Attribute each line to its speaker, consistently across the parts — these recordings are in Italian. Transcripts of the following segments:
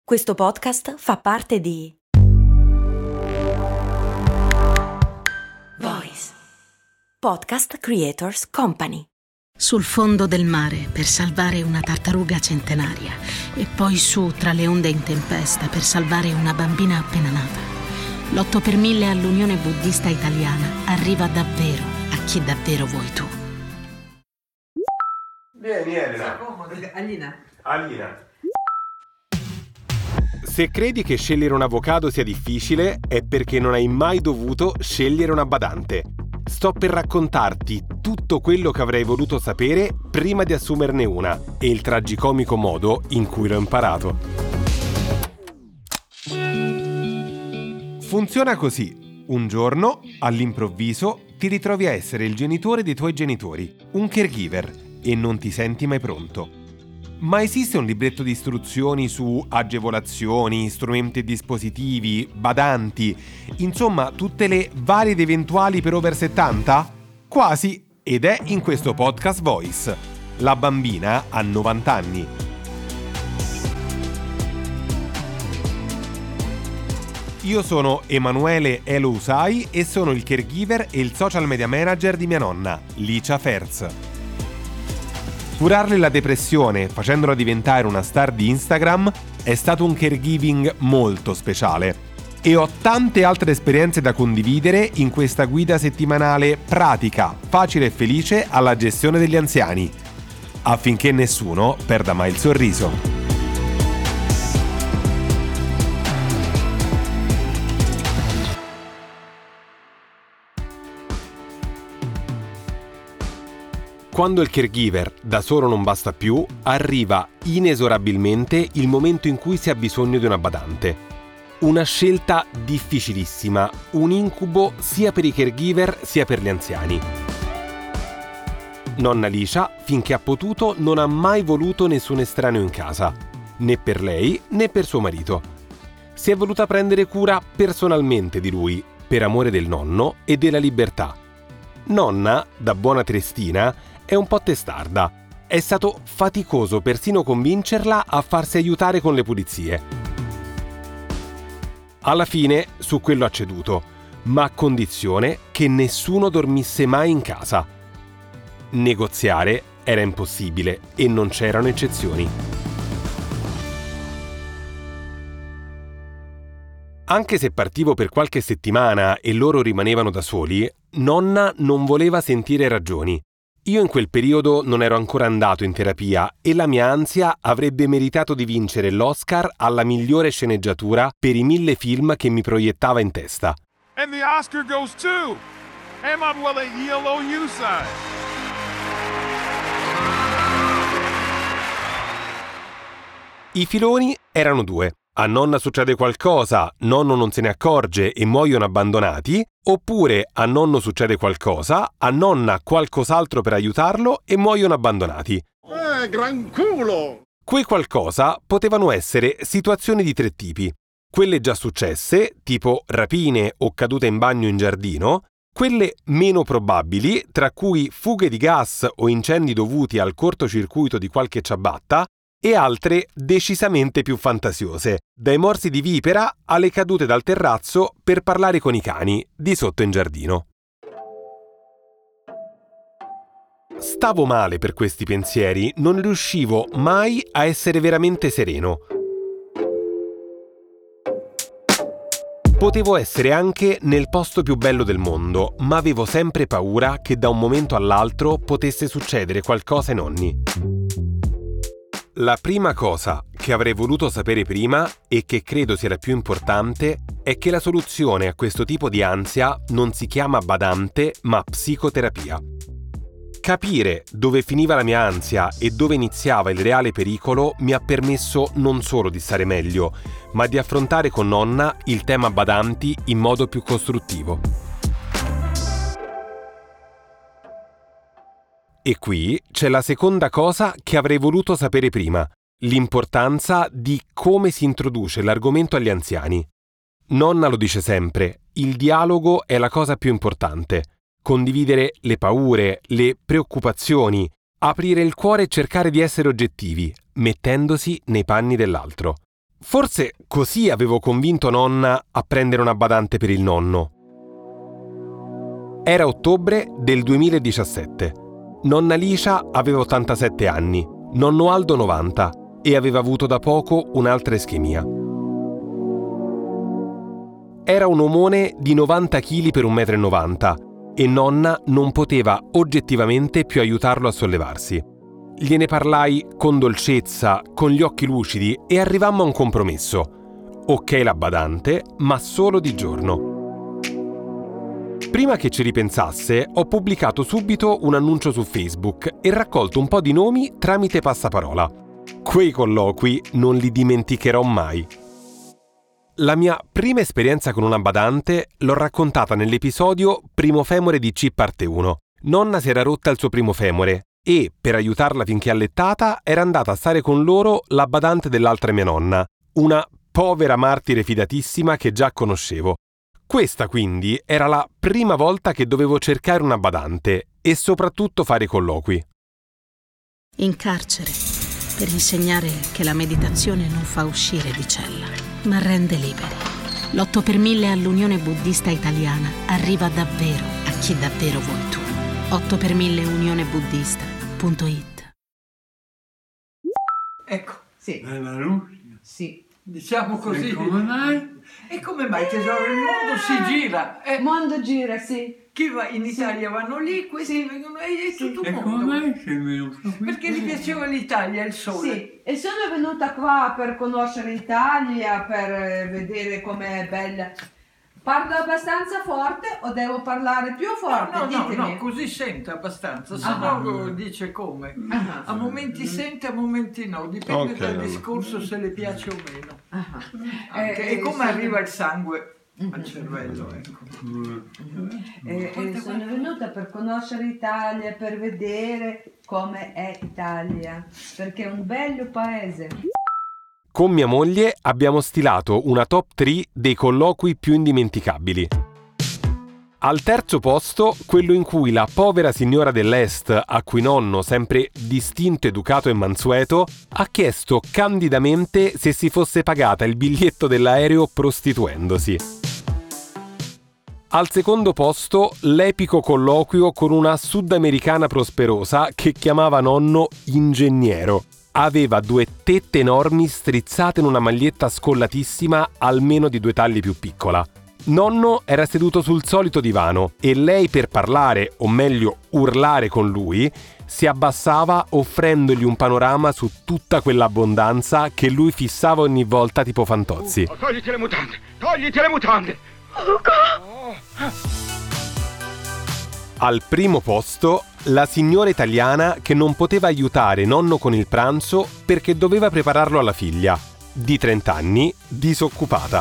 Speaker 1: Questo podcast fa parte di Voice Podcast Creators Company.
Speaker 2: Sul fondo del mare per salvare una tartaruga centenaria e poi su tra le onde in tempesta per salvare una bambina appena nata. L'8 per 1000 all'Unione Buddista Italiana arriva davvero a chi davvero vuoi tu.
Speaker 3: Vieni Elena. Alina. Se credi che scegliere un avvocato sia difficile, è perché non hai mai dovuto scegliere una badante. Sto per raccontarti tutto quello che avrei voluto sapere prima di assumerne una e il tragicomico modo in cui l'ho imparato. Funziona così. Un giorno, all'improvviso, ti ritrovi a essere il genitore dei tuoi genitori, un caregiver, e non ti senti mai pronto. Ma esiste un libretto di istruzioni su agevolazioni, strumenti e dispositivi, badanti, insomma tutte le varie ed eventuali per over 70? Quasi, ed è in questo podcast Voice. La bambina ha 90 anni. Io sono Emanuele Elo Usai e sono il caregiver e il social media manager di mia nonna, Licia Ferz. Curarle la depressione facendola diventare una star di Instagram è stato un caregiving molto speciale e ho tante altre esperienze da condividere in questa guida settimanale pratica, facile e felice alla gestione degli anziani, affinché nessuno perda mai il sorriso. Quando il caregiver da solo non basta più, arriva inesorabilmente il momento in cui si ha bisogno di una badante. Una scelta difficilissima, un incubo sia per i caregiver sia per gli anziani. Nonna Licia, finché ha potuto, non ha mai voluto nessun estraneo in casa, né per lei né per suo marito. Si è voluta prendere cura personalmente di lui, per amore del nonno e della libertà. Nonna, da buona triestina, è un po' testarda. È stato faticoso persino convincerla a farsi aiutare con le pulizie. Alla fine su quello ha ceduto, ma a condizione che nessuno dormisse mai in casa. Negoziare era impossibile e non c'erano eccezioni. Anche se partivo per qualche settimana e loro rimanevano da soli, nonna non voleva sentire ragioni. Io in quel periodo non ero ancora andato in terapia e la mia ansia avrebbe meritato di vincere l'Oscar alla migliore sceneggiatura per i 1000 film che mi proiettava in testa.
Speaker 4: And the Oscar goes to Emanuele Elo Usai.
Speaker 3: I filoni erano due. A nonna succede qualcosa, nonno non se ne accorge e muoiono abbandonati, oppure a nonno succede qualcosa, a nonna qualcos'altro per aiutarlo e muoiono abbandonati.
Speaker 4: Gran culo!
Speaker 3: Quei qualcosa potevano essere situazioni di 3 tipi. Quelle già successe, tipo rapine o cadute in bagno in giardino, quelle meno probabili, tra cui fughe di gas o incendi dovuti al cortocircuito di qualche ciabatta, e altre decisamente più fantasiose, dai morsi di vipera alle cadute dal terrazzo per parlare con i cani di sotto in giardino. Stavo male per questi pensieri, non riuscivo mai a essere veramente sereno. Potevo essere anche nel posto più bello del mondo, ma avevo sempre paura che da un momento all'altro potesse succedere qualcosa ai nonni. La prima cosa che avrei voluto sapere prima, e che credo sia la più importante, è che la soluzione a questo tipo di ansia non si chiama badante, ma psicoterapia. Capire dove finiva la mia ansia e dove iniziava il reale pericolo mi ha permesso non solo di stare meglio, ma di affrontare con nonna il tema badanti in modo più costruttivo. E qui c'è la seconda cosa che avrei voluto sapere prima, l'importanza di come si introduce l'argomento agli anziani. Nonna lo dice sempre, il dialogo è la cosa più importante. Condividere le paure, le preoccupazioni, aprire il cuore e cercare di essere oggettivi, mettendosi nei panni dell'altro. Forse così avevo convinto nonna a prendere una badante per il nonno. Era ottobre del 2017. Nonna Licia aveva 87 anni, nonno Aldo 90 e aveva avuto da poco un'altra ischemia. Era un omone di 90 kg per 1,90 m e nonna non poteva oggettivamente più aiutarlo a sollevarsi. Gliene parlai con dolcezza, con gli occhi lucidi e arrivammo a un compromesso. Ok la badante, ma solo di giorno. Prima che ci ripensasse, ho pubblicato subito un annuncio su Facebook e raccolto un po' di nomi tramite passaparola. Quei colloqui non li dimenticherò mai. La mia prima esperienza con una badante l'ho raccontata nell'episodio Primo femore di C parte 1. Nonna si era rotta il suo primo femore e, per aiutarla finché allettata, era andata a stare con loro la badante dell'altra mia nonna, una povera martire fidatissima che già conoscevo. Questa quindi era la prima volta che dovevo cercare una badante e soprattutto fare colloqui.
Speaker 2: In carcere, per insegnare che la meditazione non fa uscire di cella, ma rende liberi. L'8 per 1000 all'Unione Buddista Italiana arriva davvero a chi davvero vuoi tu. 8 per 1000 unionebuddista.it.
Speaker 5: Ecco,
Speaker 6: Sì, sì.
Speaker 5: diciamo così.
Speaker 6: E come mai?
Speaker 5: E come mai, tesoro? Il mondo si gira.
Speaker 6: Il mondo gira, sì.
Speaker 5: Chi va in Italia vanno lì, questi
Speaker 6: Sì.
Speaker 5: vengono e tutto
Speaker 6: E
Speaker 5: il
Speaker 6: come
Speaker 5: mondo.
Speaker 6: mai sei venuto qui?
Speaker 5: Perché gli piaceva l'Italia, il sole.
Speaker 6: Sì, e sono venuta qua per conoscere l'Italia, per vedere com'è bella. Parlo abbastanza forte o devo parlare più forte?
Speaker 5: No,
Speaker 6: Ditemi.
Speaker 5: così sente abbastanza, se
Speaker 6: Ah.
Speaker 5: no dice come.
Speaker 6: Ah.
Speaker 5: A momenti sente, a momenti no, dipende
Speaker 3: Ok,
Speaker 5: dal
Speaker 3: allora.
Speaker 5: discorso se le piace o meno.
Speaker 6: Ah.
Speaker 5: E come
Speaker 6: sono-
Speaker 5: arriva il sangue al cervello, ecco.
Speaker 6: sono venuta per conoscere l'Italia, per vedere come è Italia, perché è un bello paese.
Speaker 3: Con mia moglie abbiamo stilato una top 3 dei colloqui più indimenticabili. Al terzo posto, quello in cui la povera signora dell'Est, a cui nonno, sempre distinto, educato e mansueto, ha chiesto candidamente se si fosse pagata il biglietto dell'aereo prostituendosi. Al secondo posto, l'epico colloquio con una sudamericana prosperosa che chiamava nonno ingegnero. Aveva 2 tette enormi strizzate in una maglietta scollatissima almeno di 2 tagli più piccola. Nonno era seduto sul solito divano e lei, per parlare, o meglio urlare con lui, si abbassava offrendogli un panorama su tutta quell'abbondanza che lui fissava ogni volta tipo Fantozzi.
Speaker 4: Togliti le mutande! Togliti le mutande!
Speaker 3: Al primo posto, la signora italiana che non poteva aiutare nonno con il pranzo perché doveva prepararlo alla figlia, di 30 anni, disoccupata.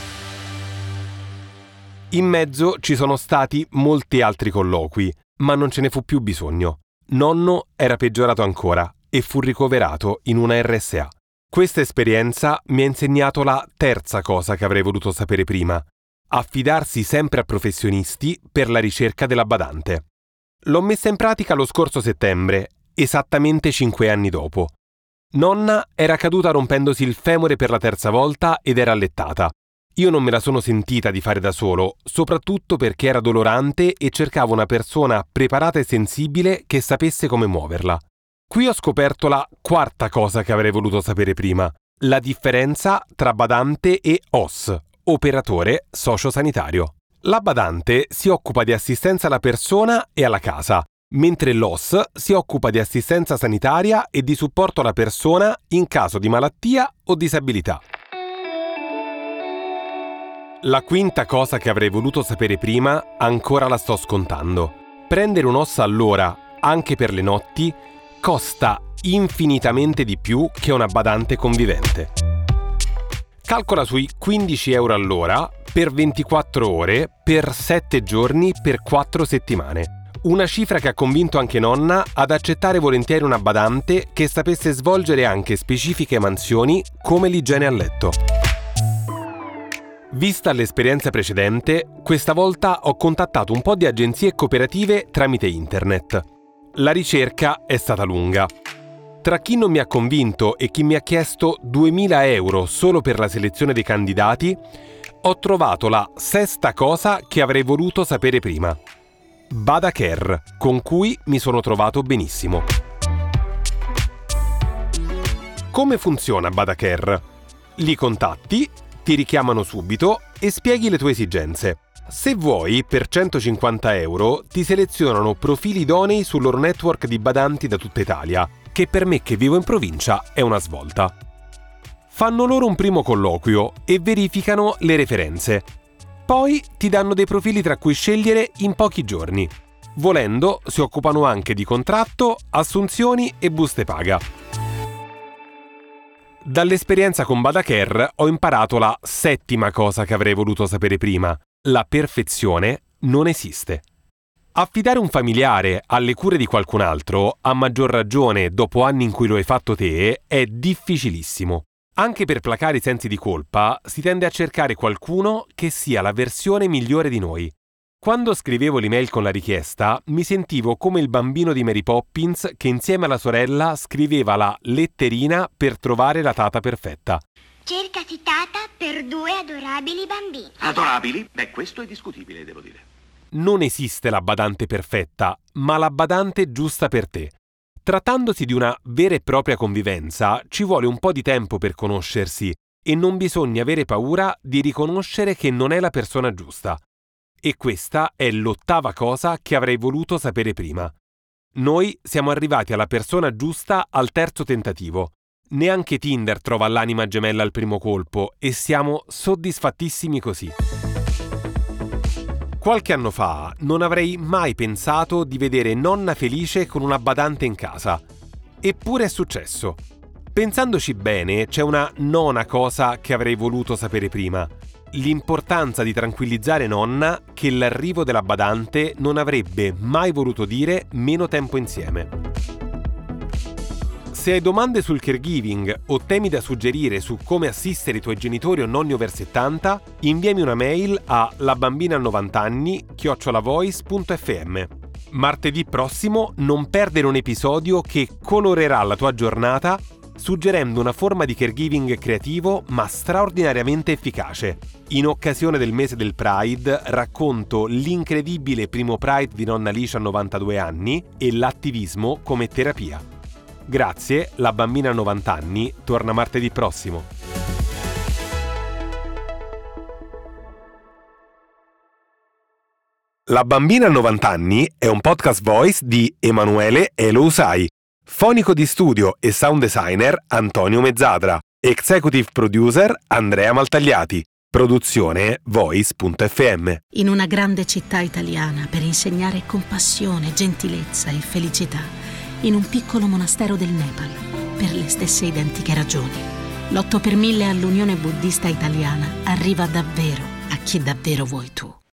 Speaker 3: In mezzo ci sono stati molti altri colloqui, ma non ce ne fu più bisogno. Nonno era peggiorato ancora e fu ricoverato in una RSA. Questa esperienza mi ha insegnato la terza cosa che avrei voluto sapere prima: affidarsi sempre a professionisti per la ricerca della badante. L'ho messa in pratica lo scorso settembre, esattamente 5 anni dopo. Nonna era caduta rompendosi il femore per la terza volta ed era allettata. Io non me la sono sentita di fare da solo, soprattutto perché era dolorante e cercavo una persona preparata e sensibile che sapesse come muoverla. Qui ho scoperto la quarta cosa che avrei voluto sapere prima: la differenza tra badante e OS, operatore sociosanitario. La badante si occupa di assistenza alla persona e alla casa, mentre l'OS si occupa di assistenza sanitaria e di supporto alla persona in caso di malattia o disabilità. La quinta cosa che avrei voluto sapere prima ancora la sto scontando. Prendere un OS all'ora, anche per le notti, costa infinitamente di più che una badante convivente. Calcola sui 15 euro all'ora per 24 ore, per 7 giorni, per 4 settimane. Una cifra che ha convinto anche nonna ad accettare volentieri una badante che sapesse svolgere anche specifiche mansioni come l'igiene a letto. Vista l'esperienza precedente, questa volta ho contattato un po' di agenzie e cooperative tramite internet. La ricerca è stata lunga. Tra chi non mi ha convinto e chi mi ha chiesto 2.000 euro solo per la selezione dei candidati, ho trovato la sesta cosa che avrei voluto sapere prima. Badacare, con cui mi sono trovato benissimo. Come funziona Badacare? Li contatti, ti richiamano subito e spieghi le tue esigenze. Se vuoi, per 150 euro ti selezionano profili idonei sul loro network di badanti da tutta Italia, che per me che vivo in provincia è una svolta. Fanno loro un primo colloquio e verificano le referenze. Poi ti danno dei profili tra cui scegliere in pochi giorni. Volendo, si occupano anche di contratto, assunzioni e buste paga. Dall'esperienza con Badacare ho imparato la settima cosa che avrei voluto sapere prima. La perfezione non esiste. Affidare un familiare alle cure di qualcun altro, a maggior ragione dopo anni in cui lo hai fatto te, è difficilissimo. Anche per placare i sensi di colpa, si tende a cercare qualcuno che sia la versione migliore di noi. Quando scrivevo l'email con la richiesta, mi sentivo come il bambino di Mary Poppins che insieme alla sorella scriveva la letterina per trovare la tata perfetta.
Speaker 7: Cercati tata per 2 adorabili bambini.
Speaker 8: Adorabili? Beh, questo è discutibile, devo dire.
Speaker 3: Non esiste la badante perfetta, ma la badante giusta per te. Trattandosi di una vera e propria convivenza, ci vuole un po' di tempo per conoscersi e non bisogna avere paura di riconoscere che non è la persona giusta. E questa è l'ottava cosa che avrei voluto sapere prima. Noi siamo arrivati alla persona giusta al terzo tentativo. Neanche Tinder trova l'anima gemella al primo colpo e siamo soddisfattissimi così. Qualche anno fa non avrei mai pensato di vedere nonna felice con una badante in casa. Eppure è successo. Pensandoci bene, c'è una nona cosa che avrei voluto sapere prima. L'importanza di tranquillizzare nonna che l'arrivo della badante non avrebbe mai voluto dire meno tempo insieme. Se hai domande sul caregiving o temi da suggerire su come assistere i tuoi genitori o nonni over 70, inviami una mail a labambina90anni@voice.fm. Martedì prossimo non perdere un episodio che colorerà la tua giornata suggerendo una forma di caregiving creativo ma straordinariamente efficace. In occasione del mese del Pride racconto l'incredibile primo Pride di nonna Alicia a 92 anni e l'attivismo come terapia. Grazie, la bambina a 90 anni torna martedì prossimo. La bambina a 90 anni è un podcast voice di Emanuele Elousai, fonico di studio e sound designer Antonio Mezzadra, executive producer Andrea Maltagliati, produzione voice.fm.
Speaker 2: In una grande città italiana per insegnare compassione, gentilezza e felicità. In un piccolo monastero del Nepal, per le stesse identiche ragioni. L'8 per 1000 all'Unione Buddista Italiana arriva davvero a chi davvero vuoi tu.